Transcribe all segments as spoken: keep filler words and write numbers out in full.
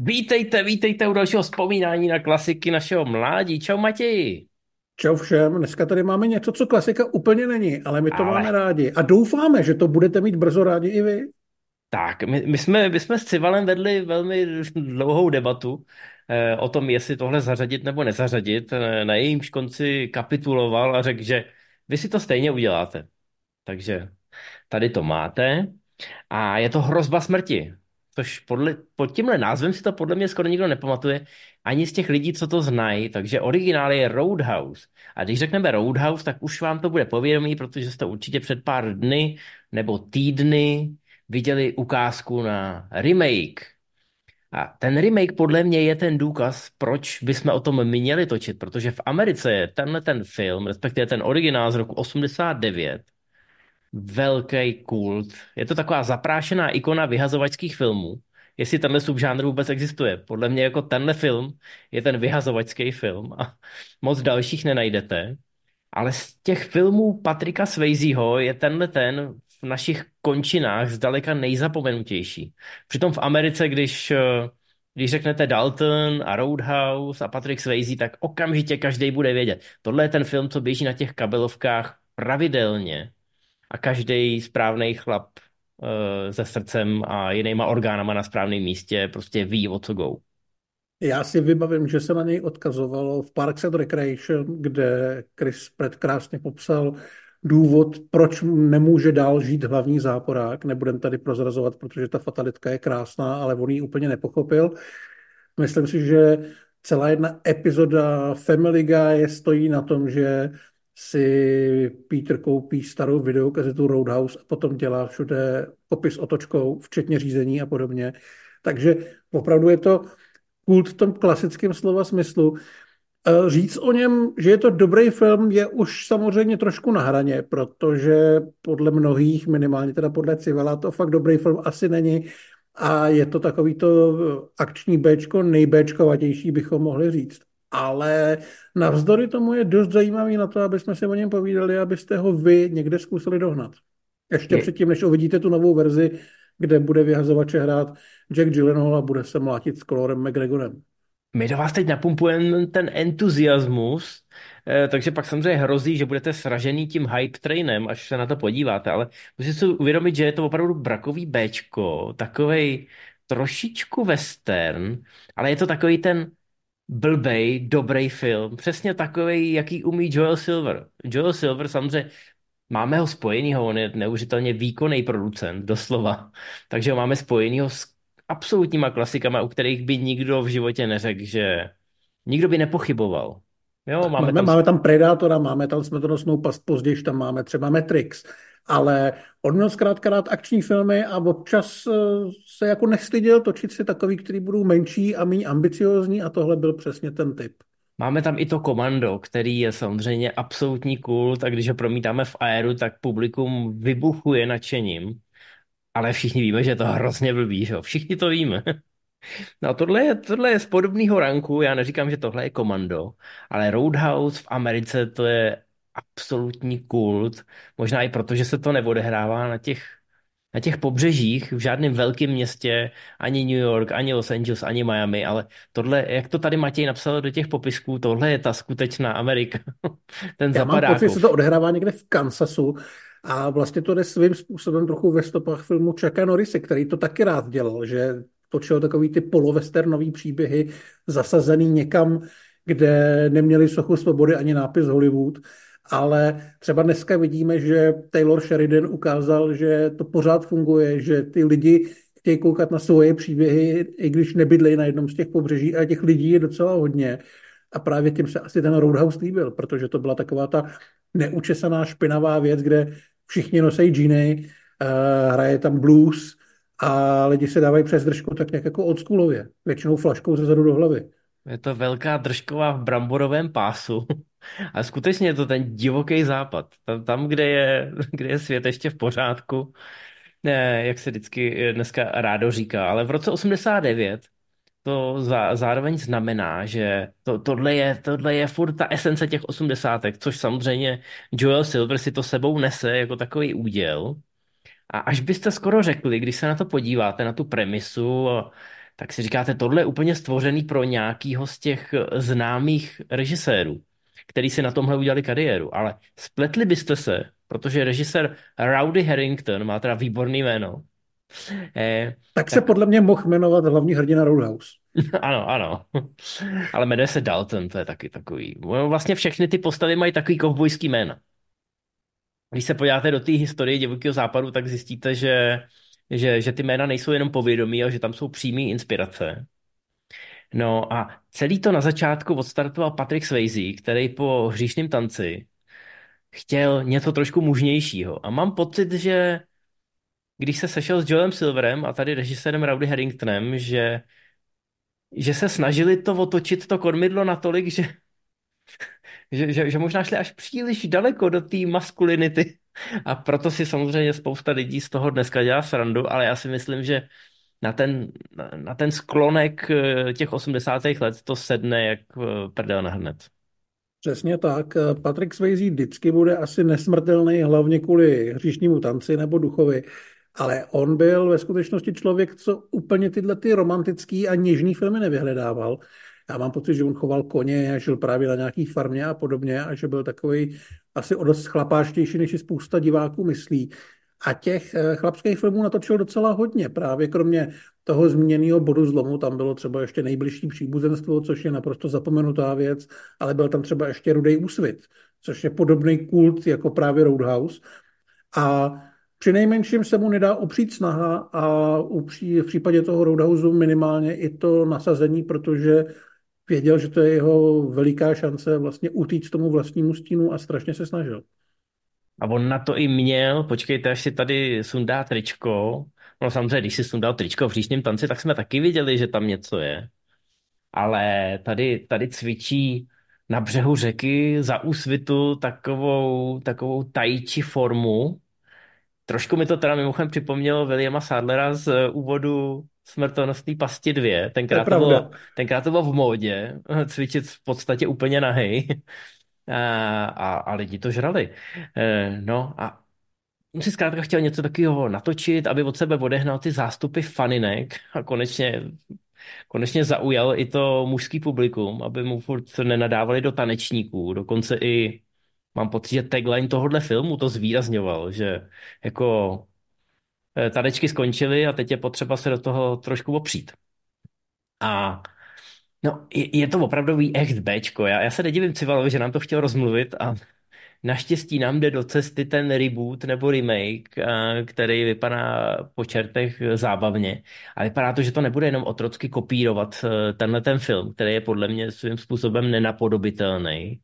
Vítejte, vítejte u dalšího vzpomínání na klasiky našeho mládí. Čau Matěji. Čau všem, dneska tady máme něco, co klasika úplně není, ale my to máme Ale rádi. A doufáme, že to budete mít brzo rádi i vy. tak, my, my jsme, my jsme s Civalem vedli velmi dlouhou debatu eh, o tom, jestli tohle zařadit nebo nezařadit. Eh, Na jejímž konci kapituloval a řekl, že vy si to stejně uděláte. Takže tady to máte. A je to Hrozba smrti. Což podle, pod tímhle názvem si to podle mě skoro nikdo nepamatuje, ani z těch lidí, co to znají. Takže originál je Roadhouse. A když řekneme Roadhouse, tak už vám to bude povědomí, protože jste určitě před pár dny nebo týdny viděli ukázku na remake. A ten remake podle mě je ten důkaz, proč bychom o tom měli točit, protože v Americe je tenhle ten film, respektive ten originál z roku osmdesát devět, velký kult. Je to taková zaprášená ikona vyhazovačských filmů. Jestli tenhle subžánr vůbec existuje. Podle mě jako tenhle film je ten vyhazovačský film a moc dalších nenajdete. Ale z těch filmů Patrika Swayzeho je tenhle ten v našich končinách zdaleka nejzapomenutější. Přitom v Americe, když, eh, když řeknete Dalton a Roadhouse a Patrick Swayze, tak okamžitě každý bude vědět. Tohle je ten film, co běží na těch kabelovkách pravidelně a každý správný chlap eh, se srdcem a jinýma orgánama na správném místě prostě ví, o co go. Já si vybavím, že se na něj odkazovalo v Parks and Recreation, kde Chris Pratt krásně popsal důvod, proč nemůže dál žít hlavní záporák. Nebudem tady prozrazovat, protože ta fatalitka je krásná, ale on ji úplně nepochopil. Myslím si, že celá jedna epizoda Family Guy stojí na tom, že si Peter koupí starou videokazetu Roadhouse a potom dělá všude popis otočkou, včetně řízení a podobně. Takže opravdu je to kult v tom klasickém slova smyslu. Eh, Říct o něm, že je to dobrý film, je už samozřejmě trošku na hraně, protože podle mnohých, minimálně teda podle Civila, to fakt dobrý film asi není. A je to takový to akční béčko, nejbéčkovatější bychom mohli říct. Ale navzdory tomu je dost zajímavý na to, aby jsme si o něm povídali, abyste ho vy někde zkusili dohnat. Ještě My, předtím, než uvidíte tu novou verzi, kde bude vyhazovače hrát Jack Gyllenhaal a bude se mlátit s Conorem McGregorem. my do vás teď napumpujeme ten entuziasmus, eh, takže pak samozřejmě hrozí, že budete sražený tím hype trainem, až se na to podíváte, ale musíte si uvědomit, že je to opravdu brakový béčko, takovej trošičku western, ale je to takový ten blbej, dobrý film. Přesně takový, jaký umí Joel Silver. Joel Silver samozřejmě máme ho spojenýho, on je neuvěřitelně výkonný producent, doslova. Takže ho máme spojenýho s absolutníma klasikama, u kterých by nikdo v životě neřekl, že nikdo by nepochyboval. Jo, Tak máme máme, tam máme tam Predátora, máme tam Smrtonosnou past, později tam máme třeba Matrix, ale on měl zkrátka rád akční filmy a občas eh, se jako nestyděl točit si takový, který budou menší a méně ambiciozní a tohle byl přesně ten typ. Máme tam i to Komando, který je samozřejmě absolutní kult a když ho promítáme v aéru, tak publikum vybuchuje nadšením. Ale všichni víme, že je to hrozně blbý, že jo? Všichni to víme. No a tohle je, tohle je z podobného ranku, já neříkám, že tohle je Komando, ale Roadhouse v Americe to je absolutní kult, možná i proto, že se to neodehrává na těch, na těch pobřežích, v žádném velkém městě, ani New York, ani Los Angeles, ani Miami, ale tohle, jak to tady Matěj napsal do těch popisků, tohle je ta skutečná Amerika, ten Já mám pocit, že se to Zapadákov. odehrává někde v Kansasu a vlastně to jde svým způsobem trochu ve stopách filmu Chucka Norrise, který to taky rád dělal, že točil takový ty polovesternové příběhy zasazený někam, kde neměli sochu svobody ani nápis Hollywood, ale třeba dneska vidíme, že Taylor Sheridan ukázal, že to pořád funguje, že ty lidi chtějí koukat na svoje příběhy, i když nebydlejí na jednom z těch pobřeží a těch lidí je docela hodně. A právě tím se asi ten Roadhouse líbil, protože to byla taková ta neučesaná špinavá věc, kde všichni nosí džíny, uh, hraje tam blues a lidi se dávají přes držku tak nějak jako oldschoolově, většinou flaškou ze zadu do hlavy. Je to velká držková v bramborovém pásu. A skutečně je to ten divoký západ. Tam, tam kde je, kde je svět ještě v pořádku, ne, jak se vždycky dneska rádo říká. Ale v roce osmdesát devět to zá, zároveň znamená, že to, tohle je, tohle je furt ta esence těch osmdesátek, což samozřejmě Joel Silver si to sebou nese jako takový úděl. A až byste skoro řekli, když se na to podíváte, na tu premisu, tak si říkáte, tohle je úplně stvořený pro nějakýho z těch eh, známých režisérů, který si na tomhle udělali kariéru. Ale spletli byste se, protože režisér Rowdy Herrington má teda výborný jméno, eh, Tak se tak podle mě mohl jmenovat hlavní hrdina Roadhouse. ano, ano. Ale jmenuje se Dalton, to je taky takový. Ono vlastně všechny ty postavy mají takový kovbojský jména. Když se podíváte do té historie Divokého západu, tak zjistíte, že, že, že ty jména nejsou jenom povědomí, ale že tam jsou přímé inspirace. No a celý to na začátku odstartoval Patrick Swayze, který po Hříšném tanci chtěl něco trošku mužnějšího. A mám pocit, že když se sešel s Joelem Silverem a tady režisérem Rowdy Herringtonem, že, že se snažili to otočit to kormidlo natolik, že, že, že, že možná šli až příliš daleko do té maskulinity. A proto si samozřejmě spousta lidí z toho dneska dělá srandu, ale já si myslím, že na ten, na na ten sklonek eh, těch osmdesátých let to sedne jak eh, prdel na hned. Přesně tak. Patrick Swayze vždycky bude asi nesmrtelný, hlavně kvůli hříšnímu tanci nebo duchovi. Ale on byl ve skutečnosti člověk, co úplně tyhle ty romantický a něžný filmy nevyhledával. Já mám pocit, že on choval koně a žil právě na nějaký farmě a podobně a že byl takový asi o dost chlapáčtější, než si spousta diváků myslí. A těch eh, chlapských filmů natočil docela hodně. Právě kromě toho zmíněného bodu zlomu, tam bylo třeba ještě nejbližší příbuzenstvo, což je naprosto zapomenutá věc, ale byl tam třeba ještě Rudej úsvit, což je podobný kult jako právě Roadhouse. A při nejmenším se mu nedá opřít snaha a upří, v případě toho Roadhouse minimálně i to nasazení, protože věděl, že to je jeho veliká šance vlastně utíct tomu vlastnímu stínu a strašně se snažil. A on na to i měl, počkejte, až si tady sundá tričko. No samozřejmě, když si sundal tričko v říšním tanci, tak jsme taky viděli, že tam něco je. Ale tady, tady cvičí na břehu řeky za úsvitu takovou, takovou tai chi formu. Trošku mi to teda mimochodem připomnělo Williama Sadlera z eh, úvodu Smrtonosné pasti dvě. To je Tenkrát to pravda. bylo, tenkrát to bylo v módě, cvičit v podstatě úplně nahej. A, a, a lidi to žrali. Eh, No a on si zkrátka chtěl něco takového natočit, aby od sebe odehnal ty zástupy faninek a konečně, konečně zaujal i to mužský publikum, aby mu furt nenadávali do tanečníků. Dokonce i mám pocit, že tagline tohohle filmu to zvýrazňoval, že jako eh, tanečky skončily a teď je potřeba se do toho trošku opřít. A no, je, je to opravdový echt Bčko. Já, já se nedivím Civalovi, že nám to chtěl rozmluvit a naštěstí nám jde do cesty ten reboot nebo remake, eh, který vypadá po čertech zábavně. A vypadá to, že to nebude jenom otrocky kopírovat eh, tenhle ten film, který je podle mě svým způsobem nenapodobitelný,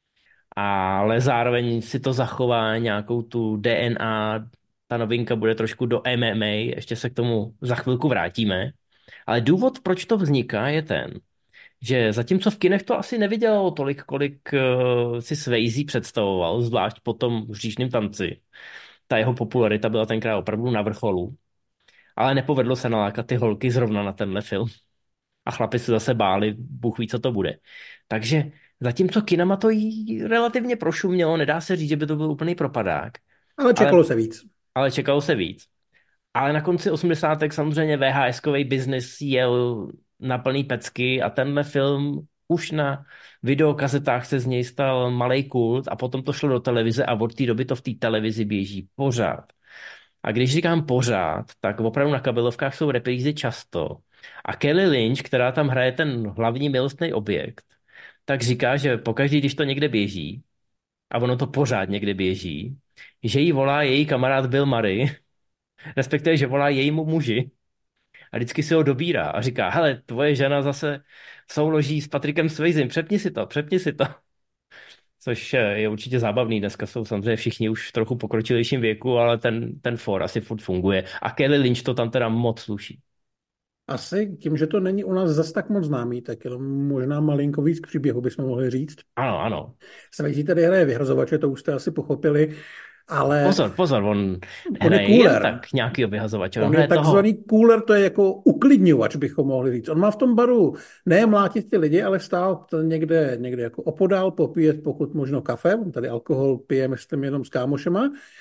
ale zároveň si to zachová nějakou tu D N A, ta novinka bude trošku do M M A, ještě se k tomu za chvilku vrátíme. Ale důvod, proč to vzniká, je ten, že zatímco v kinech to asi nevydělalo tolik, kolik uh, si Swayze představoval, zvlášť po tom Říšném tanci. Ta jeho popularita byla tenkrát opravdu na vrcholu, ale nepovedlo se nalákat ty holky zrovna na tenhle film. A chlapi se zase báli, Bůh ví, co to bude. Takže zatímco kinama to jí relativně prošumělo, nedá se říct, že by to byl úplný propadák, Ale ale, čekalo se víc. ale čekalo se víc. Ale na konci osmdesátek samozřejmě VHSkový biznis jel na plný pecky a tenhle film už na videokazetách se z něj stal malý kult a potom to šlo do televize a od té doby to v té televizi běží pořád. A když říkám pořád, tak opravdu na kabelovkách jsou reprízy často. A Kelly Lynch, která tam hraje ten hlavní milostný objekt, tak říká, že pokaždý, když to někde běží, a ono to pořád někde běží, že jí volá její kamarád Bill Murray, respektive, že volá jejímu muži a vždycky si ho dobírá a říká, hele, tvoje žena zase souloží s Patrickem Swayzem, přepni si to, přepni si to. Což eh, je určitě zábavný, dneska jsou samozřejmě všichni už v trochu pokročilejším věku, ale ten, ten for asi furt funguje. A Kelly Lynch to tam teda moc sluší. Asi tím, že to není u nás zas tak moc známý, tak jenom možná malinko víc k příběhu bychom mohli říct. Ano, ano. Swayze tady hraje vyhrozovače, to už jste asi pochopili, ale Pozor, pozor, on on je nehraje jen cooler. tak nějakýho vyhazovače, on On je hraje toho. takzvaný cooler, to je jako uklidňovač, bychom mohli říct. On má v tom baru ne mlátit ty lidi, ale stát někde, někde jako opodál, popíjet pokud možno kafe. On tady alkohol pije, myslím, jenom s kámošema.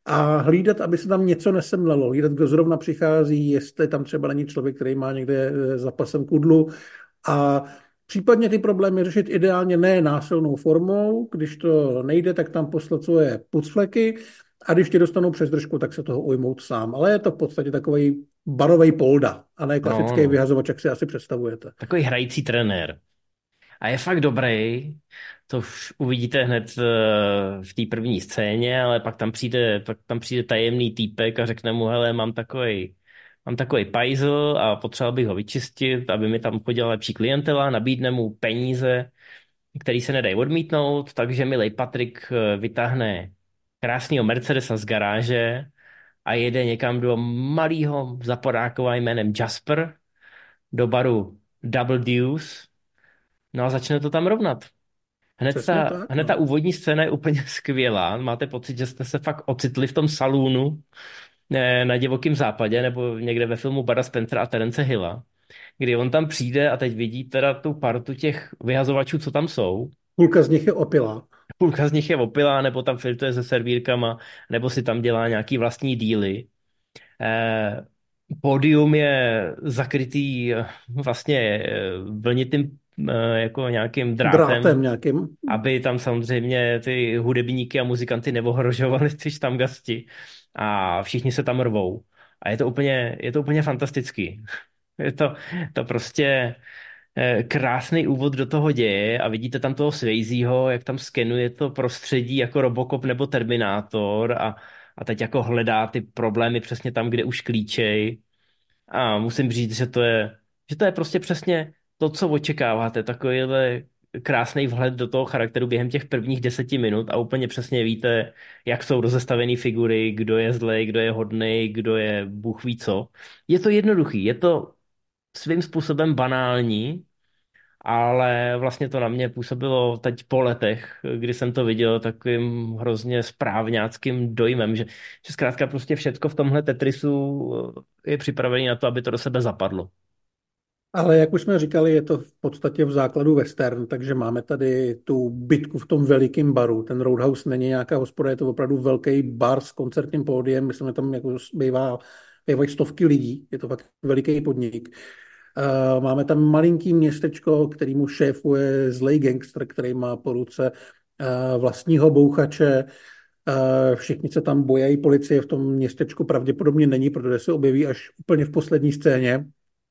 a hlídat, aby se tam něco nesemlelo, hlídat, kdo zrovna přichází, jestli tam třeba není člověk, který má někde eh, za pasem kudlu a případně ty problémy řešit ideálně ne násilnou formou, když to nejde, tak tam poslat svoje pucfleky a když ti dostanou přes držku, tak se toho ujmout sám. Ale je to v podstatě takový barový polda a ne No, klasický no. vyhazovač, jak si asi představujete. Takový hrající trenér. A je fakt dobrý, to už uvidíte hned eh, v té první scéně, ale pak tam přijde, pak tam přijde tajemný týpek a řekne mu, hele, mám takový, mám takový pajzl a potřeboval bych ho vyčistit, aby mi tam chodila lepší klientela, nabídne mu peníze, který se nedají odmítnout, takže milej Patrik eh, vytáhne krásného Mercedesa z garáže a jede někam do malého zaporákova jménem Jasper, do baru Double Deuce, no a začne to tam rovnat. Hned Přesně ta, tak, hned ta no. úvodní scéna je úplně skvělá. Máte pocit, že jste se fakt ocitli v tom salonu eh, na Divokém západě nebo někde ve filmu Bada Spencera a Terence Hilla, kdy on tam přijde a teď vidí teda tu partu těch vyhazovačů, co tam jsou. Půlka z nich je opilá. Půlka z nich je opilá, nebo tam flirtuje se servírkama, nebo si tam dělá nějaký vlastní díly. Eh, Pódium je zakrytý eh, vlastně eh, vlnitým eh, jako nějakým Drátem drátem, nějakým. aby tam samozřejmě ty hudebníky a muzikanty neohrožovali ty štamgasti a všichni se tam rvou. A je to úplně, je to úplně fantastický. Je to, to prostě eh, krásný úvod do toho děje a vidíte tam toho Swayzeho, jak tam skenuje to prostředí jako Robocop nebo Terminátor a, a teď jako hledá ty problémy přesně tam, kde už klíčej. A musím říct, že to je, že to je prostě přesně to, co očekáváte, takovýhle krásný vhled do toho charakteru během těch prvních deseti minut a úplně přesně víte, jak jsou rozestavené figury, kdo je zlej, kdo je hodnej, kdo je bůh ví co. Je to jednoduchý, je to svým způsobem banální, ale vlastně to na mě působilo teď po letech, kdy jsem to viděl takovým hrozně správňáckým dojmem, že, že zkrátka prostě všecko v tomhle Tetrisu je připravené na to, aby to do sebe zapadlo. Ale jak už jsme říkali, je to v podstatě v základu western, takže máme tady tu bitku v tom velikém baru. Ten Roadhouse není nějaká hospoda, je to opravdu velký bar s koncertním pódiem, myslím, že tam jako bývá, bývají stovky lidí, je to fakt veliký podnik. Uh, máme tam malinký městečko, kterýmu šéfuje zlej gangster, který má po ruce uh, vlastního bouchače. Uh, všichni se tam bojají, policie v tom městečku pravděpodobně není, protože se objeví až úplně v poslední scéně.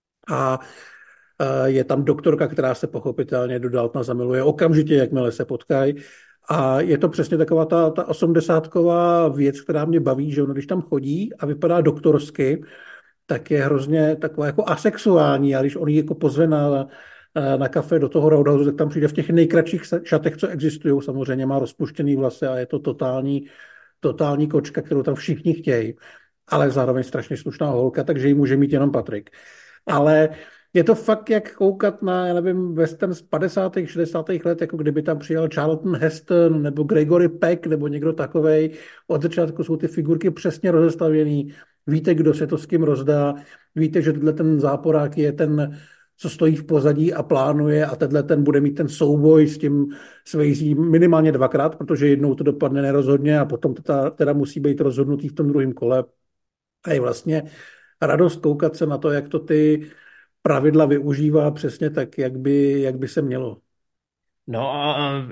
A eh, je tam doktorka, která se pochopitelně do Daltona zamiluje okamžitě, jakmile se potkají. A je to přesně taková ta, ta osmdesátková věc, která mě baví, že ono, když tam chodí a vypadá doktorsky, tak je hrozně taková jako asexuální. A když on ji jako pozve na, na kafe do toho Roadhouse, tak tam přijde v těch nejkratších šatech, co existují. Samozřejmě má rozpuštěný vlasy a je to totální, totální kočka, kterou tam všichni chtějí. Ale zároveň strašně slušná holka, takže ji může mít jenom Patrik. Ale je to fakt jak koukat na, já nevím, western z padesátých šedesátých let, jako kdyby tam přijel Charlton Heston nebo Gregory Peck nebo někdo takovej. Od začátku jsou ty figurky přesně rozestavěný. Víte, kdo se to s kým rozdá. Víte, že tenhle ten záporák je ten, co stojí v pozadí a plánuje a tenhle ten bude mít ten souboj s tím Swayze minimálně dvakrát, protože jednou to dopadne nerozhodně a potom to ta, teda musí být rozhodnutý v tom druhém kole. A je vlastně radost koukat se na to, jak to ty pravidla využívá přesně tak, jak by, jak by se mělo. No a a,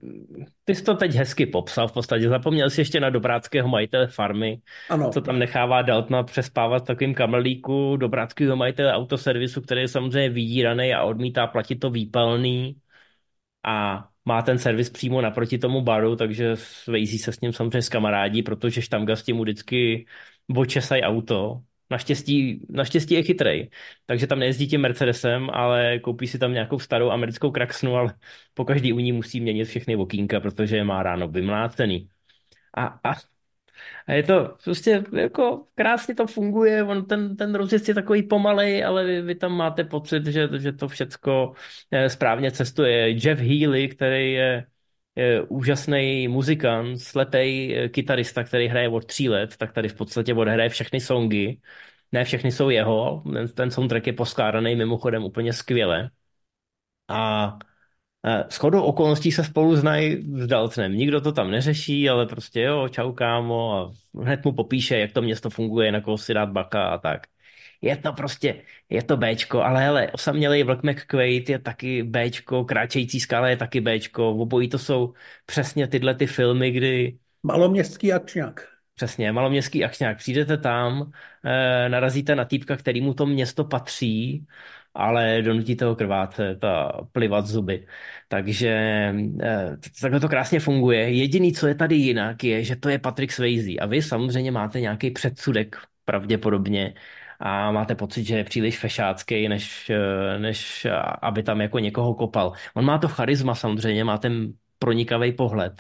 ty jsi to teď hezky popsal v podstatě. Zapomněl jsi ještě na dobráckého majitele farmy, co Ano, tam nechává Daltona přespávat v takovým kamelíku, dobráckého majitele autoservisu, který je samozřejmě vydíraný a odmítá platit to výpalný a má ten servis přímo naproti tomu baru, takže Swayze se s ním samozřejmě skamarádí, protože štamgasti mu vždycky očesají auto. Naštěstí, naštěstí je chytrej, takže tam nejezdí tím Mercedesem, ale koupí si tam nějakou starou americkou kraxnu, ale po každý u ní musí měnit všechny okýnka, protože je má ráno vymlácený. A, a a je to prostě jako krásně to funguje, on ten, ten rozjezd je takový pomalej, ale vy, vy tam máte pocit, že, že to všecko eh, správně cestuje. Jeff Healey, který je, je úžasný muzikant, slepej eh, kytarista, který hraje od tří let, tak tady v podstatě odehraje všechny songy. Ne všechny jsou jeho, ten, ten soundtrack je poskládaný mimochodem úplně skvěle. A Eh, Shodou okolností se spolu znají s Daltonem. Nikdo to tam neřeší, ale prostě jo, čau kámo a hned mu popíše, jak to město funguje, na koho si dát baka a tak. Je to prostě, je to Béčko, ale hele, osamělej vlk McQuaid je taky Béčko, Kráčející skala je taky Béčko, obojí to jsou přesně tyhle ty filmy, kdy Maloměstský akčňák. přesně, maloměstský akčňák. Přijdete tam, eh, narazíte na týpka, kterýmu to město patří, ale donutíte ho krvácet a plivat zuby. Takže eh, takhle to krásně funguje. Jediný, co je tady jinak, je, že to je Patrick Swayze. A vy samozřejmě máte nějaký předsudek, pravděpodobně, a máte pocit, že je příliš fešácký, než, eh, než aby tam jako někoho kopal. On má to charisma samozřejmě, má ten pronikavý pohled,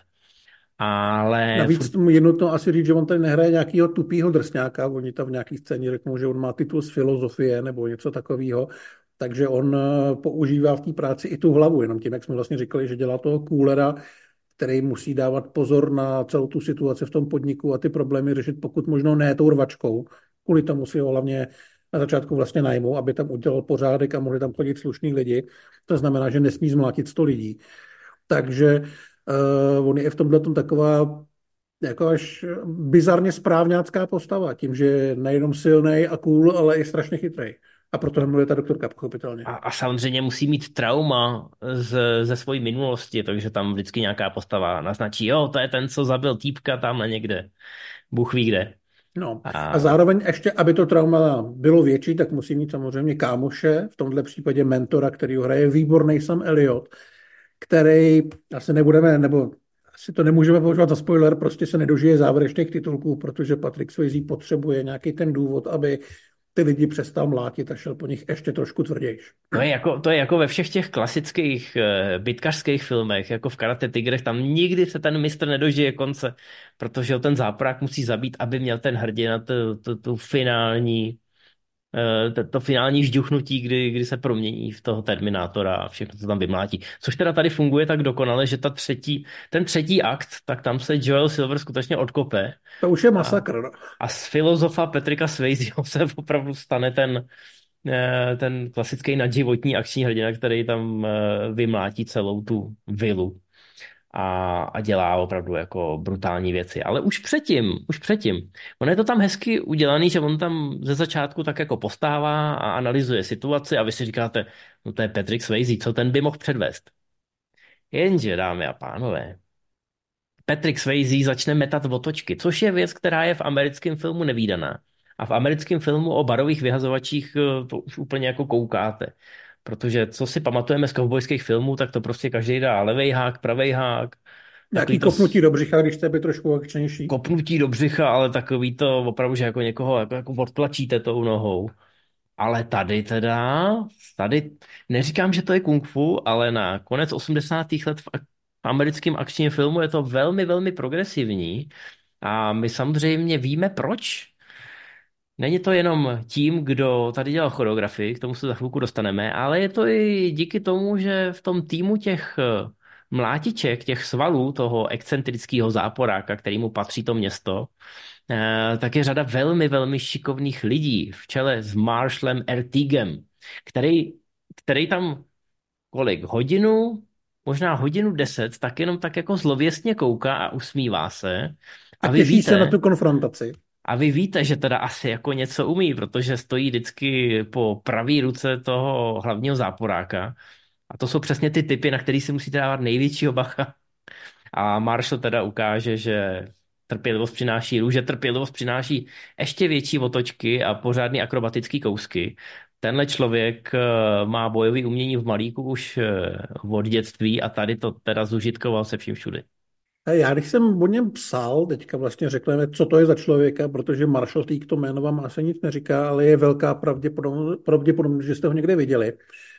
ale Navíc furt. tomu je nutno asi říct, že on tady nehraje nějakého tupýho drsňáka. Oni tam v nějaký scéně řeknou, že on má titul z filozofie nebo něco takového. Takže on eh, používá v té práci i tu hlavu, jenom tím, jak jsme vlastně říkali, že dělá toho coolera, který musí dávat pozor na celou tu situaci v tom podniku a ty problémy řešit pokud možno ne tou rvačkou. Kvůli tomu si ho hlavně na začátku vlastně najmou, aby tam udělal pořádek a mohli tam chodit slušní lidi. To znamená, že nesmí zmlátit sto lidí. Takže uh, on je v tomhle taková jako až bizarně správňácká postava, tím, že je nejenom silný a cool, ale i strašně chytrý. A proto nemluvě ta doktorka, pochopitelně. A, a samozřejmě musí mít trauma z, ze své minulosti, takže tam vždycky nějaká postava naznačí, jo, to je ten, co zabil týpka tamhle někde, Bůh ví kde. No a A, zároveň ještě, aby to trauma bylo větší, tak musí mít samozřejmě kámoše, v tomhle případě mentora, který ho hraje výborný Sam Elliot, který asi nebudeme, nebo asi to nemůžeme považovat za spoiler, prostě se nedožije závěrečných titulků, protože Patrick Swayze potřebuje nějaký ten důvod, aby ty lidi přestal mlátit a šel po nich ještě trošku tvrdějš. to je jako, to je jako ve všech těch klasických uh, bitkařských filmech, jako v Karate Tigrech, tam nikdy se ten mistr nedožije konce, protože ho ten záporák musí zabít, aby měl ten hrdina tu, tu, tu finální eh, to, to finální žduchnutí, kdy, kdy se promění v toho Terminátora a všechno to tam vymlátí. Což teda tady funguje tak dokonale, že ta třetí, ten třetí akt, tak tam se Joel Silver skutečně odkope To už je a, masakr. No. a z filozofa Patricka Swayzeho se opravdu stane ten, eh, ten klasický nadživotní akční hrdina, který tam eh, vymlátí celou tu vilu a, a dělá opravdu jako brutální věci. Ale už předtím, už předtím. Ono je to tam hezky udělaný, že on tam ze začátku tak jako postává a analyzuje situaci a vy si říkáte, no to je Patrick Swayze, co ten by mohl předvést. Jenže, dámy a pánové, Patrick Swayze začne metat otočky, což je věc, která je v americkém filmu nevídaná. A v americkém filmu o barových vyhazovačích eh, to už úplně jako koukáte. Protože co si pamatujeme z kovbojských filmů, tak to prostě každý dá levej hák, pravej hák, takový Nějaký to kopnutí do břicha, když to je trošku akčnější. kopnutí do břicha, ale takový to opravdu, že jako někoho jako, jako odtlačíte tou nohou. Ale tady teda, tady neříkám, že to je kung fu, ale na konec osmdesátých let v, ak- v americkém akčním filmu je to velmi, velmi progresivní. A my samozřejmě víme proč. Není to jenom tím, kdo tady dělal choreografii, k tomu se za chvilku dostaneme, ale je to i díky tomu, že v tom týmu těch eh, mlátiček, těch svalů toho excentrického záporáka, kterýmu patří to město, eh, tak je řada velmi, velmi šikovných lidí v čele s Marshallem Ertigem, který, který tam kolik? Hodinu, možná hodinu deset, tak jenom tak jako zlověstně kouká a usmívá se. A A vy těší se na víte, tu konfrontaci. a vy víte, že teda asi jako něco umí, protože stojí vždycky po pravý ruce toho hlavního záporáka. A to jsou přesně ty typy, na který si musíte dávat největšího bacha. A Marshall teda ukáže, že trpělivost přináší růže, trpělivost přináší ještě větší otočky a pořádný akrobatický kousky. Tenhle člověk eh, má bojové umění v malíku už eh, od dětství a tady to teda zužitkoval se vším všudy. A já, když jsem o něm psal, teďka vlastně řekneme, co to je za člověka, protože Marshall Teague to jméno vám asi nic neříká, ale je velká pravděpodobnost, pravděpodobnost, že jste ho někde viděli.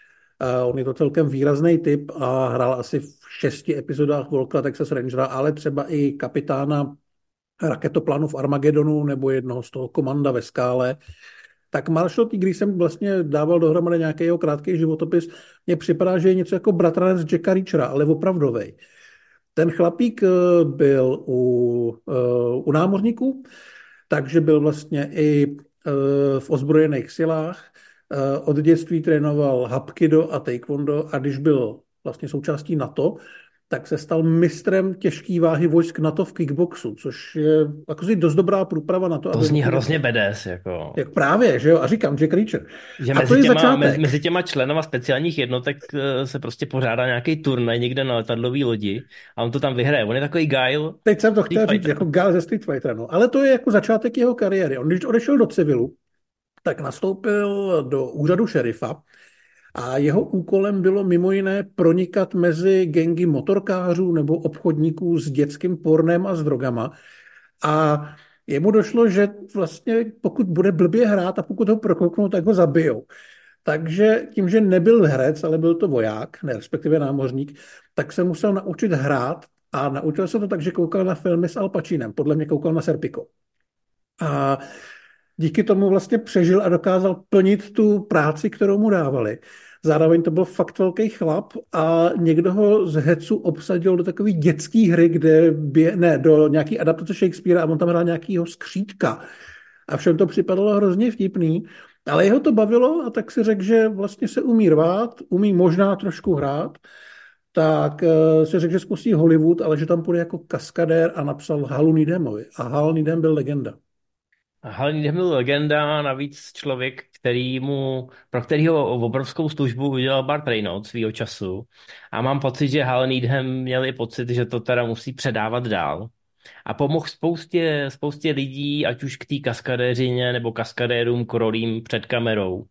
A on je to celkem výrazný typ a hrál asi v šesti epizodách Volkra Texas Rangera, ale třeba i kapitána raketoplánu v Armagedonu nebo jednoho z toho komanda ve skále. Tak Marshall T. když jsem vlastně dával dohromady nějaký jeho krátký životopis, mně připadá, že je něco jako bratranec Jacka Reachera, ale opravdovej. Ten chlapík eh, byl u, eh, u námořníků, takže byl vlastně i eh, v ozbrojených silách. Eh, Od dětství trénoval hapkido a taekwondo a když byl vlastně součástí NATO, tak se stal mistrem těžké váhy vojsk NATO v kickboxu, což je jako si dost dobrá průprava na to, To aby zní mohl jít hrozně jako, bedes, jako. jak právě, že jo, a říkám, Jack Reacher. Že A to mezi je těma, mezi, začátek. mezi těma členama speciálních jednotek eh, se prostě pořádá nějaký turnaj někde na letadlový lodi a on to tam vyhraje. On je takový Guile Teď jsem to Street chtěl říct, Fighter. jako Gal ze Street Fighter, no. Ale to je jako začátek jeho kariéry. On když odešel do civilu, tak nastoupil do úřadu šerifa a jeho úkolem bylo mimo jiné pronikat mezi gengy motorkářů nebo obchodníků s dětským pornem a s drogama. A jemu došlo, že vlastně pokud bude blbě hrát a pokud ho prokouknou, tak ho zabijou. Takže tím, že nebyl herec, ale byl to voják, ne, respektive námořník, tak se musel naučit hrát a naučil se to tak, že koukal na filmy s Al Pacinem. Podle mě koukal na Serpico. A díky tomu vlastně přežil a dokázal plnit tu práci, kterou mu dávali. Zároveň to byl fakt velký chlap a někdo ho z hecu obsadil do takové dětské hry, kde bě, ne, do nějaký adaptace Shakespearea a on tam hrál nějakýho skřítka. A všem to připadalo hrozně vtipný, ale jeho to bavilo a tak si řekl, že vlastně se umí rvát, umí možná trošku hrát, tak uh, si řekl, že zkusí Hollywood, ale že tam půjde jako kaskadér a napsal Halu Needemovi. A Hal Needem byl legenda. Hal Needham byl legenda, navíc člověk, který mu, pro kterýho obrovskou službu udělal Burt Reynolds svýho času. A mám pocit, že Hal Needham měl i pocit, že to teda musí předávat dál. A pomohl spoustě, spoustě lidí, ať už k té kaskadéřině nebo kaskadérům, krolím před kamerou.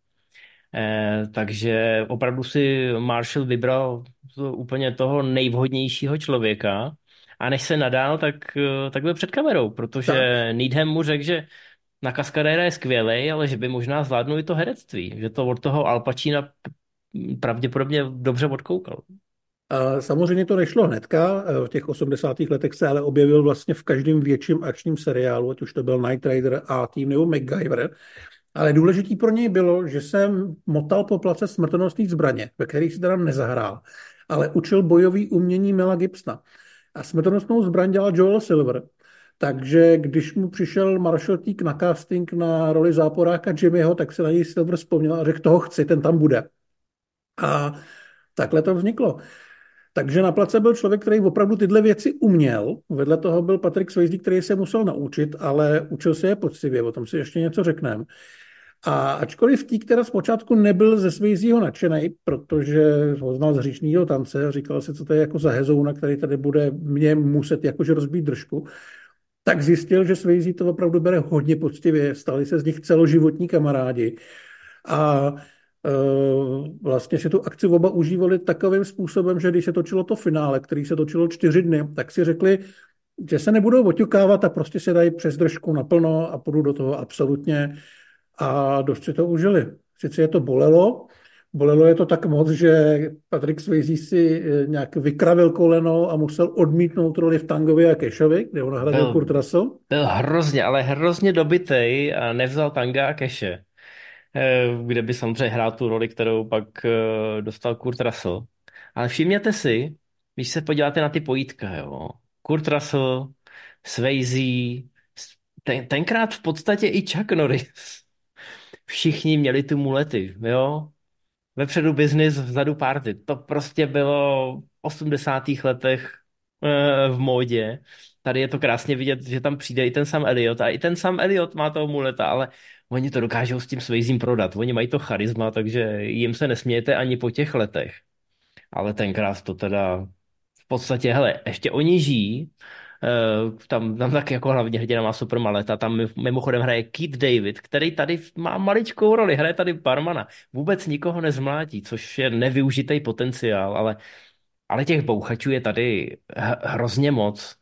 Eh, takže opravdu si Marshall vybral to úplně toho nejvhodnějšího člověka. A než se nadál, tak, eh, tak byl před kamerou, protože Tak, Needham mu řekl, že na kaskadéra je skvělej, ale že by možná zvládnul i to herectví, že to od toho Al Pacina pravděpodobně dobře odkoukal. a samozřejmě to nešlo hnedka. V těch osmdesátých letech se ale objevil vlastně v každém větším akčním seriálu, ať už to byl Knight Rider a tým nebo MacGyver. Ale důležitý pro něj bylo, že jsem motal po place smrtonosných zbraně, ve kterých si teda nezahrál, ale učil bojový umění Mela Gibsona. A smrtonosnou zbraň dělal Joel Silver. Takže když mu přišel Marshall Teague na casting na roli záporáka Jimmyho, tak se na něj Silver vzpomněl a řekl, toho chci, ten tam bude. A takhle to vzniklo. Takže na place byl člověk, který opravdu tyhle věci uměl. Vedle toho byl Patrick Swayze, který se musel naučit, ale učil se je poctivě, o tom si ještě něco řekneme. A ačkoliv tí, která zpočátku nebyl ze Swayzeho nadšený, protože ho znal z hříšného tance a říkal si, co to je jako za hezouna, který tady bude mě muset jakože rozbít držku, tak zjistil, že Swayze to opravdu bere hodně poctivě, stali se z nich celoživotní kamarádi a Uh, vlastně si tu akci oba užívali takovým způsobem, že když se točilo to finále, který se točilo čtyři dny, tak si řekli, že se nebudou oťukávat a prostě se dají přes držku naplno a půjdu do toho absolutně a dost si to užili. Sice je to bolelo, bolelo je to tak moc, že Patrick Swayze si eh, nějak vykravil koleno a musel odmítnout roli v Tangovi a Cashovi, kde ho nahradil Byl, Kurt Russell. byl hrozně, ale hrozně dobitej a nevzal Tanga a Keše, eh, kde by samozřejmě hrál tu roli, kterou pak eh, dostal Kurt Russell. Ale všimněte si, když se podíváte na ty pojítka, jo. Kurt Russell, Swayze, ten, tenkrát v podstatě i Chuck Norris. Všichni měli ty mulety, jo. Vepředu business, vzadu party. To prostě bylo v osmdesátých letech eh, v módě. Tady je to krásně vidět, že tam přijde i ten Sam Elliot a i ten Sam Elliot má toho muleta, ale oni to dokážou s tím Swayzem prodat. Oni mají to charisma, takže jim se nesmějete ani po těch letech. Ale tenkrát to teda v podstatě, hele, ještě oni žijí, eh, tam, tam tak jako hlavně hrdina má super maleta, tam mimochodem hraje Keith David, který tady má maličkou roli, hraje tady barmana, vůbec nikoho nezmlátí, což je nevyužitý potenciál, ale, ale těch bouchačů je tady h- hrozně moc.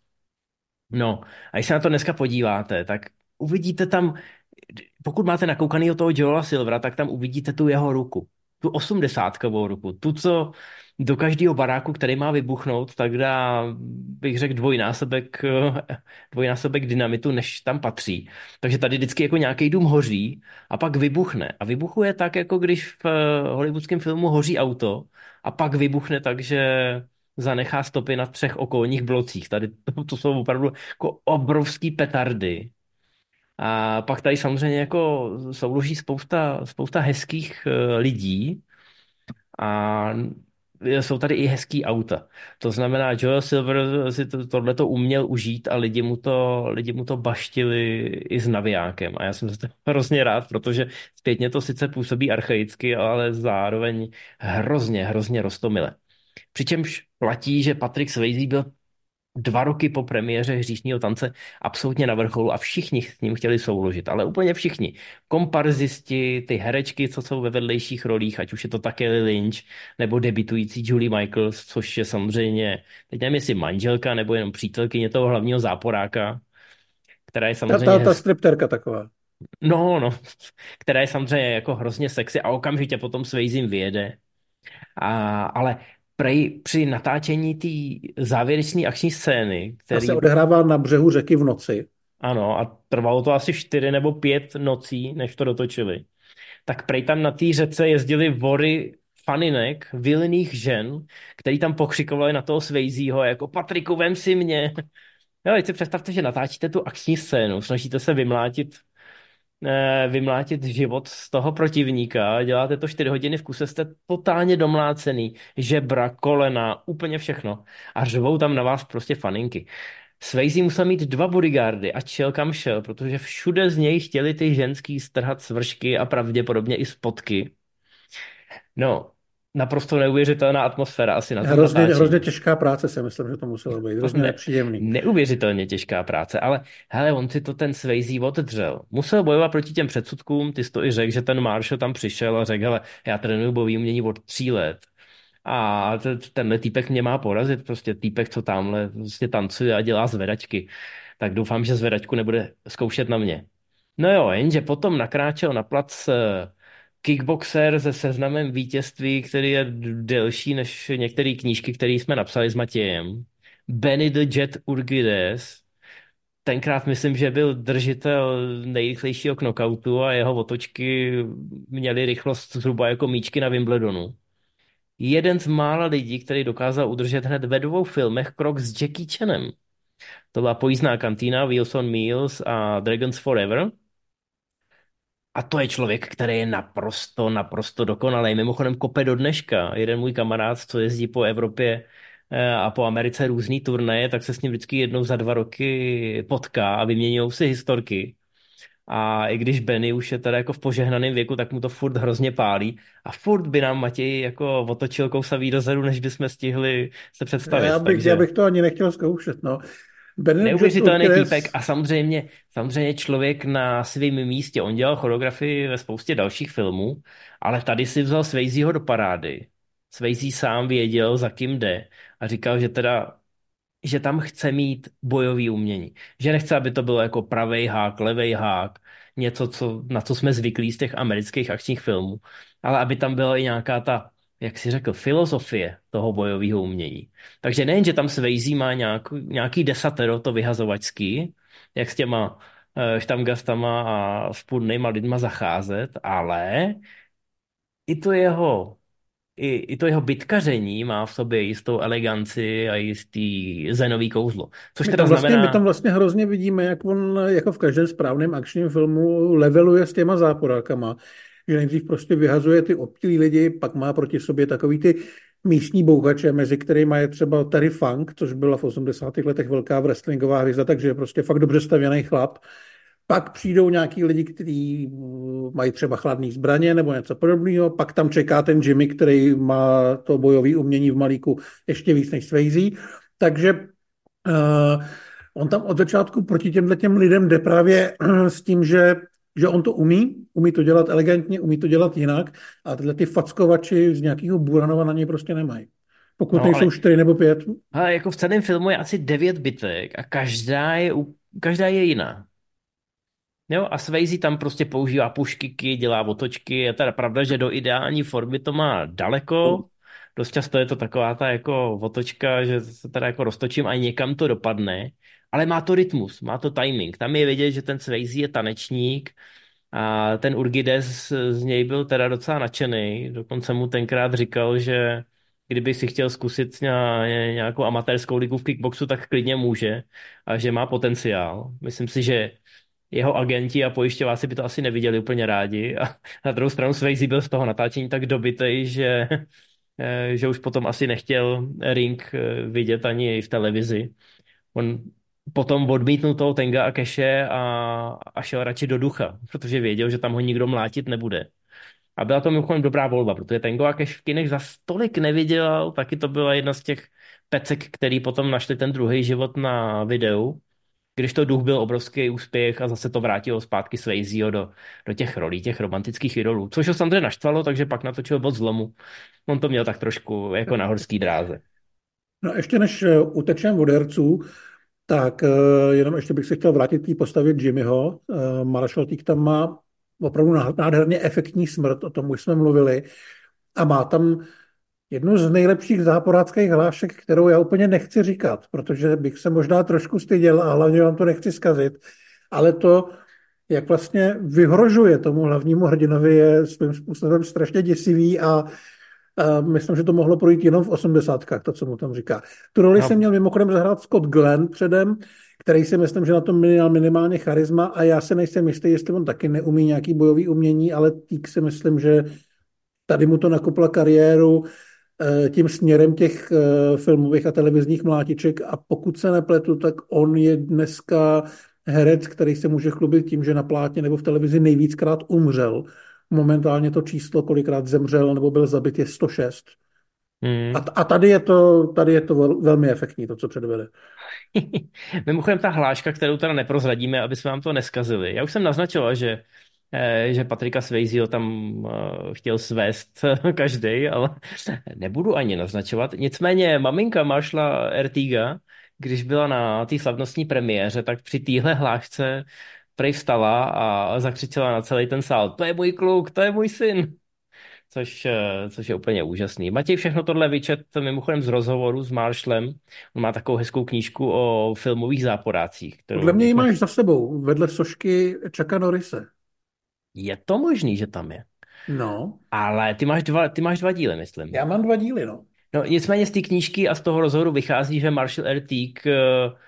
No, a když se na to dneska podíváte, tak uvidíte tam, pokud máte nakoukaný toho Joela Silvera, tak tam uvidíte tu jeho ruku. Tu osmdesátkovou ruku. Tu, co do každého baráku, který má vybuchnout, tak dá, bych řekl, dvojnásobek, dvojnásobek dynamitu, než tam patří. Takže tady vždycky jako nějaký dům hoří a pak vybuchne. A vybuchuje tak, jako když v eh, hollywoodském filmu hoří auto a pak vybuchne tak, že zanechá stopy na třech okolních blocích. Tady to, to jsou opravdu jako obrovský petardy. A pak tady samozřejmě jako souloží spousta, spousta hezkých eh, lidí a jsou tady i hezký auta. To znamená, Joel Silver si to, tohleto uměl užít a lidi mu to, lidi mu to baštili i s navijákem. A já jsem za to hrozně rád, protože zpětně to sice působí archaicky, ale zároveň hrozně, hrozně roztomile. Přičemž platí, že Patrick Swayze byl dva roky po premiéře Hříšního tance absolutně na vrcholu a všichni s ním chtěli souložit, ale úplně všichni. Komparzisti, ty herečky, co jsou ve vedlejších rolích, ať už je to také Lily Lynch, nebo debitující Julie Michaels, což je samozřejmě, teď nevím, jestli manželka nebo jenom přítelkyně toho hlavního záporáka, která je Ta, samozřejmě ta, ta hez... stripterka taková. no, no, která je samozřejmě jako hrozně sexy a okamžitě potom Swayze vyjede. A, ale prej, při natáčení té závěrečné akční scény, Ta se který odehrává na břehu řeky v noci. ano, a trvalo to asi čtyři nebo pět nocí, než to dotočili. Tak prej tam na té řece jezdili vory faninek, vilných žen, který tam pokřikovali na toho Swayzeho, jako Patriku, vem si mě. Jo, teď si představte, že natáčíte tu akční scénu, snažíte se vymlátit, eh, vymlátit život z toho protivníka, děláte to čtyři hodiny v kuse, jste totálně domlácený, žebra, kolena, úplně všechno. A řvou tam na vás prostě faninky. Swayze musel mít dva bodyguardy a šel kam šel, protože všude z něj chtěli ty ženský strhat svršky a pravděpodobně i spotky. No, naprosto neuvěřitelná atmosféra asi na tom Hrozně, hrozně natáčení. těžká práce si myslím, že to muselo být. Hrozně Ne, nepříjemný. neuvěřitelně těžká práce, ale hele, on si to ten Swayze oddřel. Musel bojovat proti těm předsudkům, ty jsi to i řekl, že ten Marshall tam přišel a řekl, hele, já trénuju bojové umění od tří let. A t- tenhle týpek mě má porazit, prostě týpek, co tamhle prostě tancuje a dělá zvedačky. Tak doufám, že zvedačku nebude zkoušet na mě. No jo, jenže potom nakráčel na plac eh, kickboxer se seznamem vítězství, který je d- delší než některé knížky, které jsme napsali s Matějem. Benny the Jet Urquidez. Tenkrát myslím, že byl držitel nejrychlejšího knockoutu a jeho otočky měly rychlost zhruba jako míčky na Wimbledonu. Jeden z mála lidí, který dokázal udržet hned ve dvou filmech krok s Jackie Chanem. To byla Pojízdná kantýna, Wilson Mills a Dragons Forever. A to je člověk, který je naprosto, naprosto dokonalý. Mimochodem kope do dneška. Jeden můj kamarád, co jezdí po Evropě eh, a po Americe různý turnaje, tak se s ním vždycky jednou za dva roky potká a vyměňují si historky. A i když Benny už je teda jako v požehnaném věku, tak mu to furt hrozně pálí. A furt by nám Matěj jako otočil kousavý dozadu, než bychom stihli se Já představit. bych, já Takže bych to ani nechtěl zkoušet, no. Benedict neuvěřitelný týpek Urquidez, a samozřejmě, samozřejmě člověk na svém místě. On dělal choreografii ve spoustě dalších filmů, ale tady si vzal Swayzeho do parády. Swayze sám věděl, za kým jde a říkal, že teda že tam chce mít bojový umění. Že nechce, aby to bylo jako pravej hák, levej hák, něco, co, na co jsme zvyklí z těch amerických akčních filmů, ale aby tam byla i nějaká ta, jak si řekl, filozofie toho bojového umění. Takže nejen, že tam Swayze má nějak, nějaký desatero, to vyhazovačský, jak s těma eh, štamgastama a spůdnejma lidma zacházet, ale i to jeho i, i to jeho bytkaření má v sobě jistou eleganci a jistý zenový kouzlo. Což my teda tam vlastně, my tam znamená, vlastně hrozně vidíme, jak on, jako v každém správném akčním filmu, leveluje s těma záporákama. Že nejdřív prostě vyhazuje ty opilí lidi, pak má proti sobě takový ty místní bouchače, mezi kterými je třeba Terry Funk, což byla v osmdesátých letech velká wrestlingová hvězda, takže je prostě fakt dobře stavěný chlap. Pak přijdou nějaký lidi, kteří uh, mají třeba chladné zbraně nebo něco podobného. Pak tam čeká ten Jimmy, který má to bojové umění v malíku ještě víc než Swayze. Takže uh, on tam od začátku proti těmhle těm lidem jde právě uh, s tím, že, že on to umí, umí to dělat elegantně, umí to dělat jinak a tyhle ty fackovači z nějakého Buranova na něj prostě nemají. Pokud no ale, nejsou čtyři nebo pět. ale jako v celém filmu je asi devět bitek a každá je, u- každá je jiná. Jo, a Swayze tam prostě používá puškyky, dělá otočky. Je teda pravda, že do ideální formy to má daleko. Dost často je to taková ta jako otočka, že se teda jako roztočím a někam to dopadne. Ale má to rytmus, má to timing. Tam je vidět, že ten Swayze je tanečník a ten Urquidez z něj byl teda docela nadšený. Dokonce mu tenkrát říkal, že kdyby si chtěl zkusit ně- nějakou amatérskou ligu v kickboxu, tak klidně může a že má potenciál. Myslím si, že jeho agenti a pojišťováci by to asi neviděli úplně rádi. A na druhou stranu Swayze byl z toho natáčení tak dobitej, že, eh, že už potom asi nechtěl ring eh, vidět ani v televizi. On potom odmítnul toho Tenga a Keše a, a šel radši do ducha, protože věděl, že tam ho nikdo mlátit nebude. A byla to mimochodem dobrá volba, protože Tango a Cash v kinech za stolik nevydělal, taky to byla jedna z těch pecek, který potom našli ten druhý život na videu, když to duch byl obrovský úspěch a zase to vrátilo zpátky Swayzeho do, do těch rolí, těch romantických idolů, což ho samozřejmě naštvalo, takže pak natočil Bod zlomu. On to měl tak trošku jako na horský dráze. No ještě než eh, utečem od herců, tak eh, jenom ještě bych se chtěl vrátit k té postavě Jimmyho. Eh, Marshall Teague tam má opravdu ná- nádherně efektní smrt, o tom už jsme mluvili. A má tam jednu z nejlepších záporáckých hlášek, kterou já úplně nechci říkat, protože bych se možná trošku styděl a hlavně vám to nechci zkazit. Ale to, jak vlastně vyhrožuje tomu hlavnímu hrdinovi, je svým způsobem strašně děsivý a a myslím, že to mohlo projít jenom v osmdesátkách, to, co mu tam říká. Tu roli se No, měl mimochodem zahrát Scott Glenn předem, který si myslím, že na tom měl minimálně charisma a já se nejsem jistý, jestli on taky neumí nějaký bojový umění, ale Tík si myslím, že tady mu to nakopla kariéru eh, tím směrem těch eh, filmových a televizních mlátiček a pokud se nepletu, tak on je dneska herec, který se může chlubit tím, že na plátně nebo v televizi nejvíckrát umřel. Momentálně to číslo, kolikrát zemřel nebo byl zabit, je sto šest. A, hmm. a tady je to, tady je to vel, velmi efektní, to, co předvede. Mimochodem ta hláška, kterou teda neprozradíme, aby jsme vám to neskazili. Já už jsem naznačoval, že, eh, že Patrika Swayzeho tam eh, chtěl svést každý, ale nebudu ani naznačovat. Nicméně maminka Marshalla Ertiga, když byla na té slavnostní premiéře, tak při téhle hlášce prej vstala a zakřičela na celý ten sál: To je můj kluk, to je můj syn. Což, eh, což je úplně úžasný. Matěj všechno tohle vyčet mimochodem z rozhovoru s Marshallem. On má takovou hezkou knížku o filmových záporácích, Podle kterou mě ji jsme... máš za sebou, vedle sošky Chucka Norrise. Je to možný, že tam je. No, Ale ty máš dva, ty máš dva díly, myslím. já mám dva díly, no. No, nicméně z té knížky a z toho rozhovoru vychází, že Marshall R. Teague eh,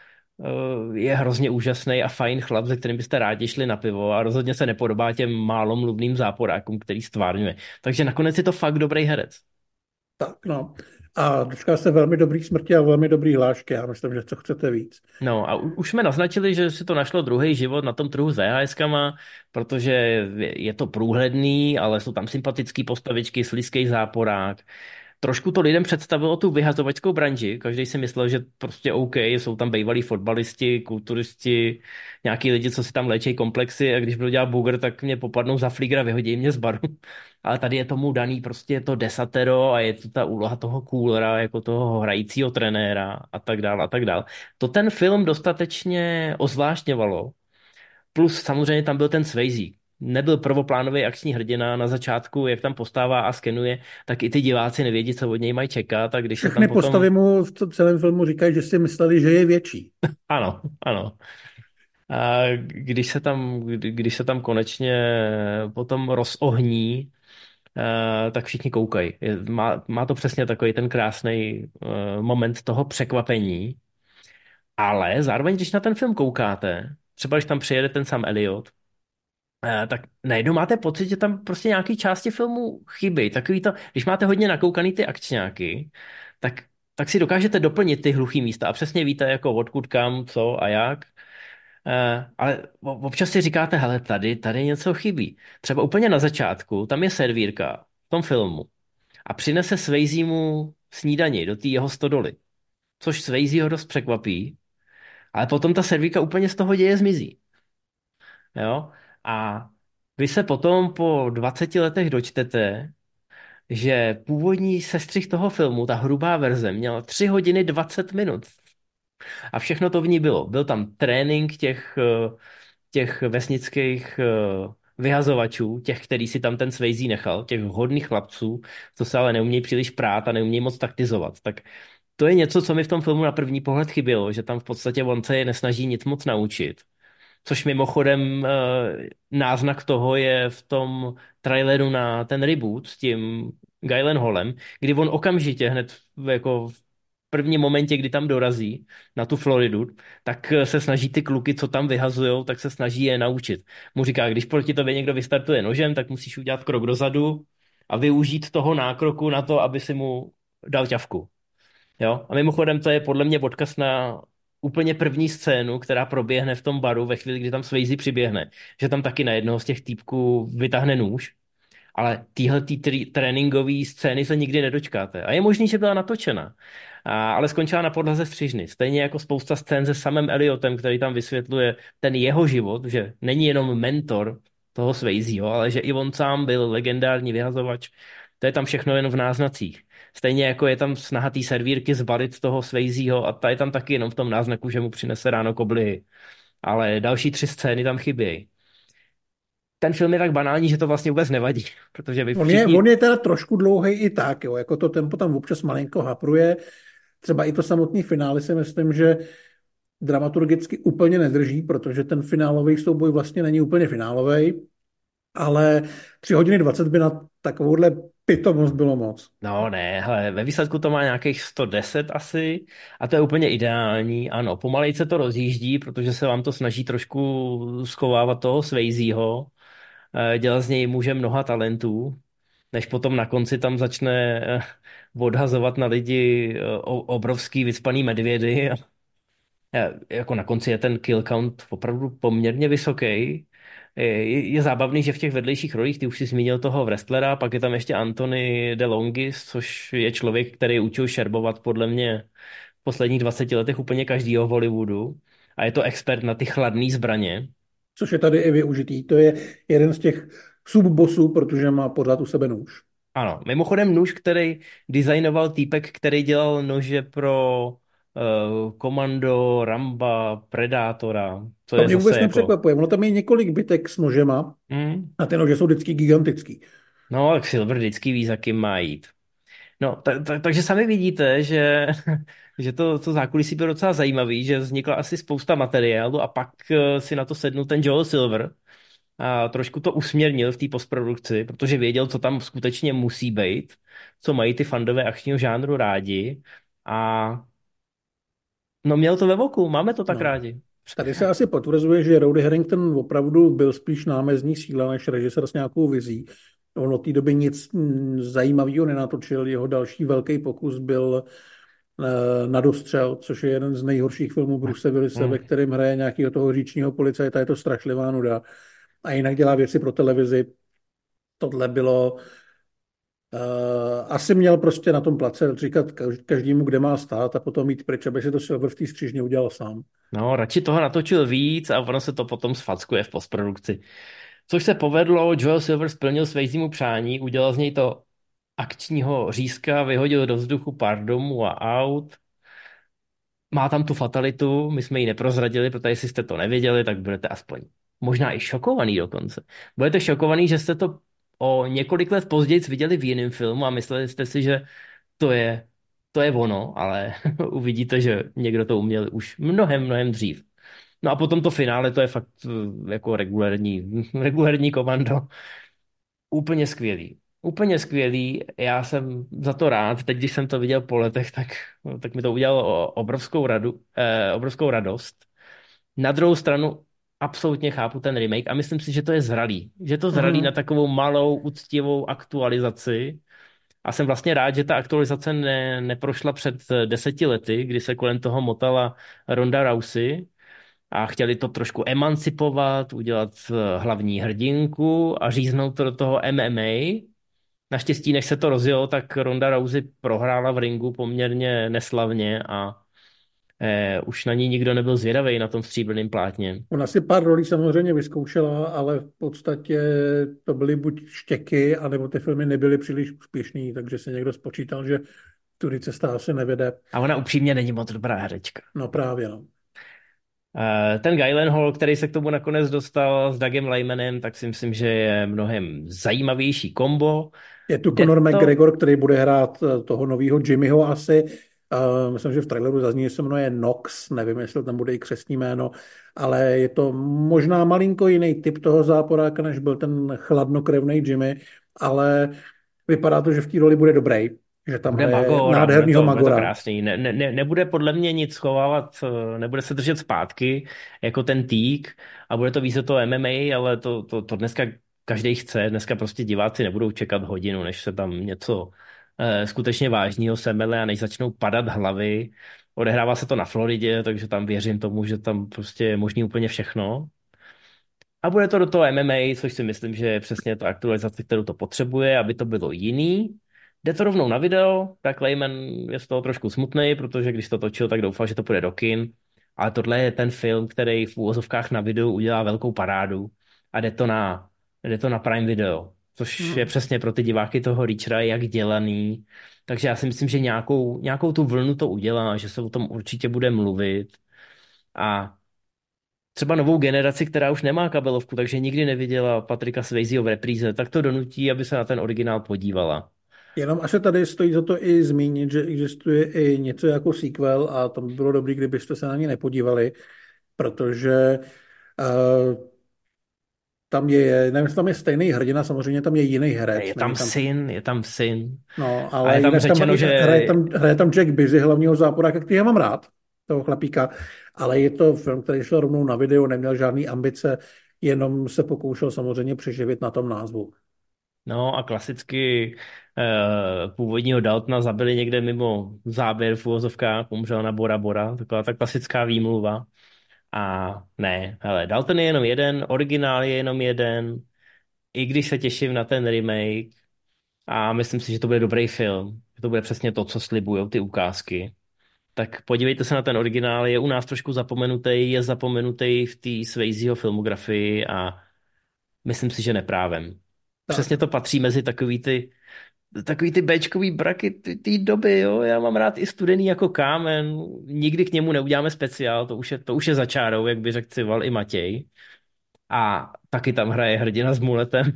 eh, je hrozně úžasný a fajn chlap, se kterým byste rádi šli na pivo a rozhodně se nepodobá těm málo mluvným záporákům, který stvárňuje. Takže nakonec je to fakt dobrý herec. Tak, no. A dočká se velmi dobrý smrti a velmi dobrý hlášky. Já myslím, že co chcete víc. No a u- už jsme naznačili, že si to našlo druhý život na tom trhu s V H S kama, protože je je to průhledný, ale jsou tam sympatické postavičky, slizký záporák. Trošku to lidem představilo tu vyhazovačskou branži. Každý si myslel, že prostě OK, jsou tam bývalí fotbalisti, kulturisti, nějaký lidi, co si tam léčí komplexy a když budu dělat bugr, tak mě popadnou za flígr a vyhodí mě z baru. Ale tady je tomu daný prostě je to desatero a je to ta úloha toho coolera, jako toho hrajícího trenéra a tak dále a tak dále. To ten film dostatečně ozvláštňovalo. Plus samozřejmě tam byl ten Swayze. Nebyl prvoplánový akční hrdina na začátku, jak tam postává a skenuje, tak i ty diváci nevědí, co od něj mají čekat a když se tam Všechny potom... postavy mu v to- celém filmu říkají, že si mysleli, že je větší. Ano, ano. A když se tam, kdy- když se tam konečně potom rozohní, eh, tak všichni koukají. Je- Má, má to přesně takový ten krásný moment toho překvapení, ale zároveň, když na ten film koukáte, třeba když tam přijede ten Sam Elliot, eh, tak najednou máte pocit, že tam prostě nějaký části filmu chybí. Takový to, když máte hodně nakoukaný ty akčňáky, tak, tak si dokážete doplnit ty hluchý místa a přesně víte, jako odkud, kam, co a jak. Eh, ale o- občas si říkáte, hele, tady, tady něco chybí. Třeba úplně na začátku, tam je servírka v tom filmu a přinese Swayzemu snídani do té jeho stodoly, což Swayze ho dost překvapí, ale potom ta servírka úplně z toho děje zmizí. Jo? A vy se potom po dvaceti letech dočtete, že původní sestřih toho filmu, ta hrubá verze, měla tři hodiny dvacet minut. A všechno to v ní bylo. Byl tam trénink těch, eh, těch vesnických eh, vyhazovačů, těch, který si tam ten Swayze nechal, těch hodných chlapců, co se ale neumějí příliš prát a neumějí moc taktizovat. Tak to je něco, co mi v tom filmu na první pohled chybělo, že tam v podstatě on se je nesnaží nic moc naučit. Což mimochodem eh, náznak toho je v tom traileru na ten reboot s tím Gyllenhaalem, kdy on okamžitě hned v- jako v prvním momentě, kdy tam dorazí na tu Floridu, tak eh, se snaží ty kluky, co tam vyhazujou, tak se snaží je naučit. Mu říká, když proti tobě někdo vystartuje nožem, tak musíš udělat krok dozadu a využít toho nákroku na to, aby si mu dal ťavku. Jo? A mimochodem to je podle mě odkaz na úplně první scénu, která proběhne v tom baru ve chvíli, kdy tam Swayze přiběhne. Že tam taky na jednoho z těch týpků vytáhne nůž, ale týhle tý tréninkové scény se nikdy nedočkáte. A je možný, že byla natočena, a, ale skončila na podlaze střižny. Stejně jako spousta scén se samým Elliotem, který tam vysvětluje ten jeho život, že není jenom mentor toho Swayzeho, ale že i on sám byl legendární vyhazovač. To je tam všechno jen v náznacích. Stejně jako je tam snaha té servírky zbalit toho Swayzeho a ta je tam taky jenom v tom náznaku, že mu přinese ráno koblihy. Ale další tři scény tam chybějí. Ten film je tak banální, že to vlastně vůbec nevadí, protože vy On je, všichni. on je teda trošku dlouhý i tak, jo, jako to tempo tam občas malinko hapruje. Třeba i to samotný finále si myslím, že dramaturgicky úplně nedrží, protože ten finálový souboj vlastně není úplně finálový, ale tři hodiny dvacet by na takovouhle pitomost bylo moc. No ne, hele, ve výsledku to má nějakých sto deset asi a to je úplně ideální. Ano, pomalejce se to rozjíždí, protože se vám to snaží trošku schovávat toho Swayzeho, eh, dělat z něj muže mnoha talentů, než potom na konci tam začne eh, odhazovat na lidi eh, o- obrovský vyspaný medvědy. Eh, Jako na konci je ten kill count opravdu poměrně vysoký. Je, je zábavný, že v těch vedlejších rolích, ty už si zmínil toho wrestlera, pak je tam ještě Anthony DeLongis, což je člověk, který učil šerbovat podle mě v posledních dvaceti letech úplně každýho v Hollywoodu. A je to expert na ty chladné zbraně. Což je tady i využitý. To je jeden z těch subbosů, protože má pořád u sebe nůž. Ano, mimochodem nůž, který designoval týpek, který dělal nože pro uh, Komando, Ramba, Predátora, co To je mě vůbec zase jako. nepřekvapuje. Ono tam je několik bytek s nožema Hmm, a ty nože jsou vždycky gigantický. no, tak Silver vždycky ví, za kým má jít. No, ta, ta, takže sami vidíte, že, že to, to zákulisí bylo docela zajímavý, že vznikla asi spousta materiálu a pak eh, si na to sednul ten Joel Silver a trošku to usměrnil v té postprodukci, protože věděl, co tam skutečně musí být, co mají ty fandové akčního žánru rádi a no měl to ve voku, máme to tak No. rádi. Tady se asi potvrzuje, že Rody Harrington opravdu byl spíš námezní síla než režisér s nějakou vizí. On od té doby nic mm, zajímavého nenatočil. Jeho další velký pokus byl eh, Na dostřel, což je jeden z nejhorších filmů Bruce Willise, Hmm. ve kterém hraje nějakého toho říčního policajta. Je to strašlivá nuda. A jinak dělá věci pro televizi. Tohle bylo Uh, asi měl prostě na tom place říkat kaž- každému, kde má stát a potom jít pryč, aby si to Silver v té střížně udělal sám. No, radši toho natočil víc a ono se to potom sfackuje v postprodukci. Což se povedlo, Joel Silver splnil Swayzemu přání, udělal z něj to akčního řízka, vyhodil do vzduchu pár domů a aut. Má tam tu fatalitu, my jsme ji neprozradili, protože jestli jste to nevěděli, tak budete aspoň možná i šokovaný dokonce. Budete šokovaný, že jste to o několik let později viděli v jiném filmu a mysleli jste si, že to je, to je ono, ale uvidíte, že někdo to uměl už mnohem, mnohem dřív. No a potom to finále, to je fakt eh, jako regulérní, regulérní komando. Úplně skvělý. Úplně skvělý. Já jsem za to rád. Teď, když jsem to viděl po letech, tak, tak mi to udělalo obrovskou, radu, eh, obrovskou radost. Na druhou stranu absolutně chápu ten remake a myslím si, že to je zralý. Že to zralý na Mhm. takovou malou, úctivou aktualizaci. A jsem vlastně rád, že ta aktualizace ne, neprošla před deseti lety, kdy se kolem toho motala Ronda Rousey a chtěli to trošku emancipovat, udělat eh, hlavní hrdinku a říznout to do toho M M A. Naštěstí, než se to rozjelo, tak Ronda Rousey prohrála v ringu poměrně neslavně a eh, už na ní nikdo nebyl zvědavý na tom stříbrném plátně. Ona si pár rolí samozřejmě vyzkoušela, ale v podstatě to byly buď štěky, anebo ty filmy nebyly příliš úspěšný, takže si někdo spočítal, že tudy cesta asi nevede. A ona upřímně není moc dobrá herečka. No právě, no. Eh, Ten Gyllenhaal, který se k tomu nakonec dostal s Dougem Lymanem, tak si myslím, že je mnohem zajímavější kombo. Je tu Jde Conor to. McGregor, který bude hrát eh, toho nového Jimmyho asi. Uh, myslím, že v traileru zazní, že se jmenuje Nox, nevím, jestli tam bude i křestní jméno, ale je to možná malinko jiný typ toho záporáka, než byl ten chladnokrevný Jimmy, ale vypadá to, že v té roli bude dobrý, že tam Bude hraje Magor a bude nádhernýho to, bude to Magora. krásný. Ne, ne, ne- nebude podle mě nic schovávat, eh, nebude se držet zpátky, jako ten týk a bude to víc o to M M A, ale to, to, to dneska každý chce. Dneska prostě diváci nebudou čekat hodinu, než se tam něco eh, skutečně vážného semele a než začnou padat hlavy. Odehrává se to na Floridě, takže tam věřím tomu, že tam prostě je možný úplně všechno. A bude to do toho M M A, což si myslím, že je přesně ta aktualizace, kterou to potřebuje, aby to bylo jiný. Jde to rovnou na video, tak Layman je z toho trošku smutný, protože když to točil, tak doufal, že to půjde do kin. Ale tohle je ten film, který v úvozovkách na videu udělá velkou parádu a jde to na, jde to na Prime Video, což je Hmm. přesně pro ty diváky toho Reachera jak dělaný. Takže já si myslím, že nějakou, nějakou tu vlnu to udělá, že se o tom určitě bude mluvit. A třeba novou generaci, která už nemá kabelovku, takže nikdy neviděla Patrika Swayzeho v repríze, tak to donutí, aby se na ten originál podívala. Jenom asi tady stojí za to i zmínit, že existuje i něco jako sequel a to by bylo dobré, kdybyste se na ně nepodívali, protože uh, tam je, nevím, jestli tam je stejný hrdina, samozřejmě tam je jiný herec, Je tam není tam, syn, je tam syn. no, A je ale tam jinak tam řečeno, i- že hraje tam, hraje tam Jack Busy, hlavního záporáka, který já mám rád, toho chlapíka, ale je to film, který šel rovnou na video, neměl žádný ambice, jenom se pokoušel samozřejmě přeživit na tom názvu. no a klasicky eh, původního Daltona zabili někde mimo záběr v uvozovkách, umřel na Bora Bora, taková ta klasická výmluva. A ne, hele, Dalton je jenom jeden, originál je jenom jeden, i když se těším na ten remake a myslím si, že to bude dobrý film, že to bude přesně to, co slibujou ty ukázky. Tak podívejte se na ten originál, je u nás trošku zapomenutý, je zapomenutý v té Swayzeho filmografii a myslím si, že neprávem. Tak, Přesně to patří mezi takový ty, takový ty béčkový braky té doby, jo. Já mám rád i Studený jako kámen, nikdy k němu neuděláme speciál, to už je, to už je za čárou, jak by řekl Cival i Matěj. A taky tam hraje hrdina s muletem.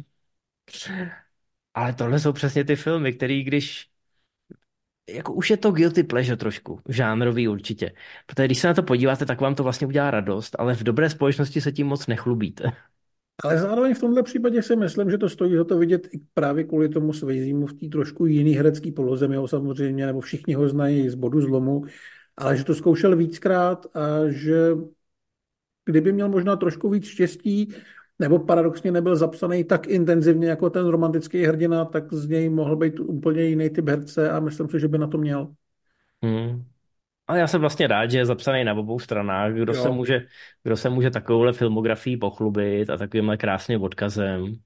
Ale tohle jsou přesně ty filmy, který když jako už je to guilty pleasure trošku, žánrový určitě. Protože když se na to podíváte, tak vám to vlastně udělá radost, ale v dobré společnosti se tím moc nechlubíte. ale zároveň v tomhle případě si myslím, že to stojí za to vidět i právě kvůli tomu Swayzemu v té trošku jiný herecký poloze, my ho samozřejmě, nebo všichni ho znají z Bodu zlomu, ale že to zkoušel víckrát a že kdyby měl možná trošku víc štěstí, nebo paradoxně nebyl zapsaný tak intenzivně jako ten romantický hrdina, tak z něj mohl být úplně jiný typ herce a myslím si, že by na to měl. Hmm. Ale já jsem vlastně rád, že je zapsaný na obou stranách. Kdo se Jo, může, kdo se může takovouhle filmografií pochlubit a takovýmhle krásným odkazem.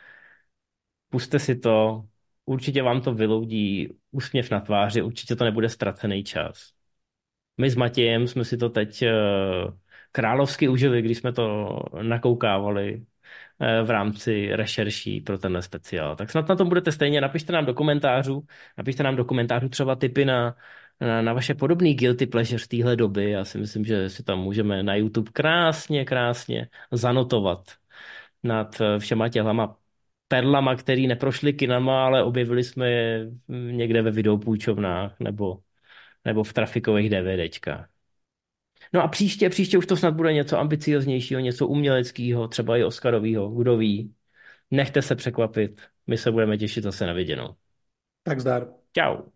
Puste si to, určitě vám to vyloudí úsměv na tváři, určitě to nebude ztracený čas. My s Matějem jsme si to teď eh, královsky užili, když jsme to nakoukávali eh, v rámci rešerší pro tenhle speciál. Tak snad na tom budete stejně. Napište nám do komentářů, napište nám do komentářů třeba tipy na, na, na vaše podobné guilty pleasure z téhle doby. Já si myslím, že si tam můžeme na YouTube krásně, krásně zanotovat nad eh, všema těhlama perlama, který neprošly kinama, ale objevili jsme je někde ve videopůjčovnách nebo, nebo v trafikových DVDčkách. No a příště, příště už to snad bude něco ambicioznějšího, něco uměleckého, třeba i Oscarového, kdo ví. Nechte se překvapit, my se budeme těšit zase na viděnou. tak zdar. Čau.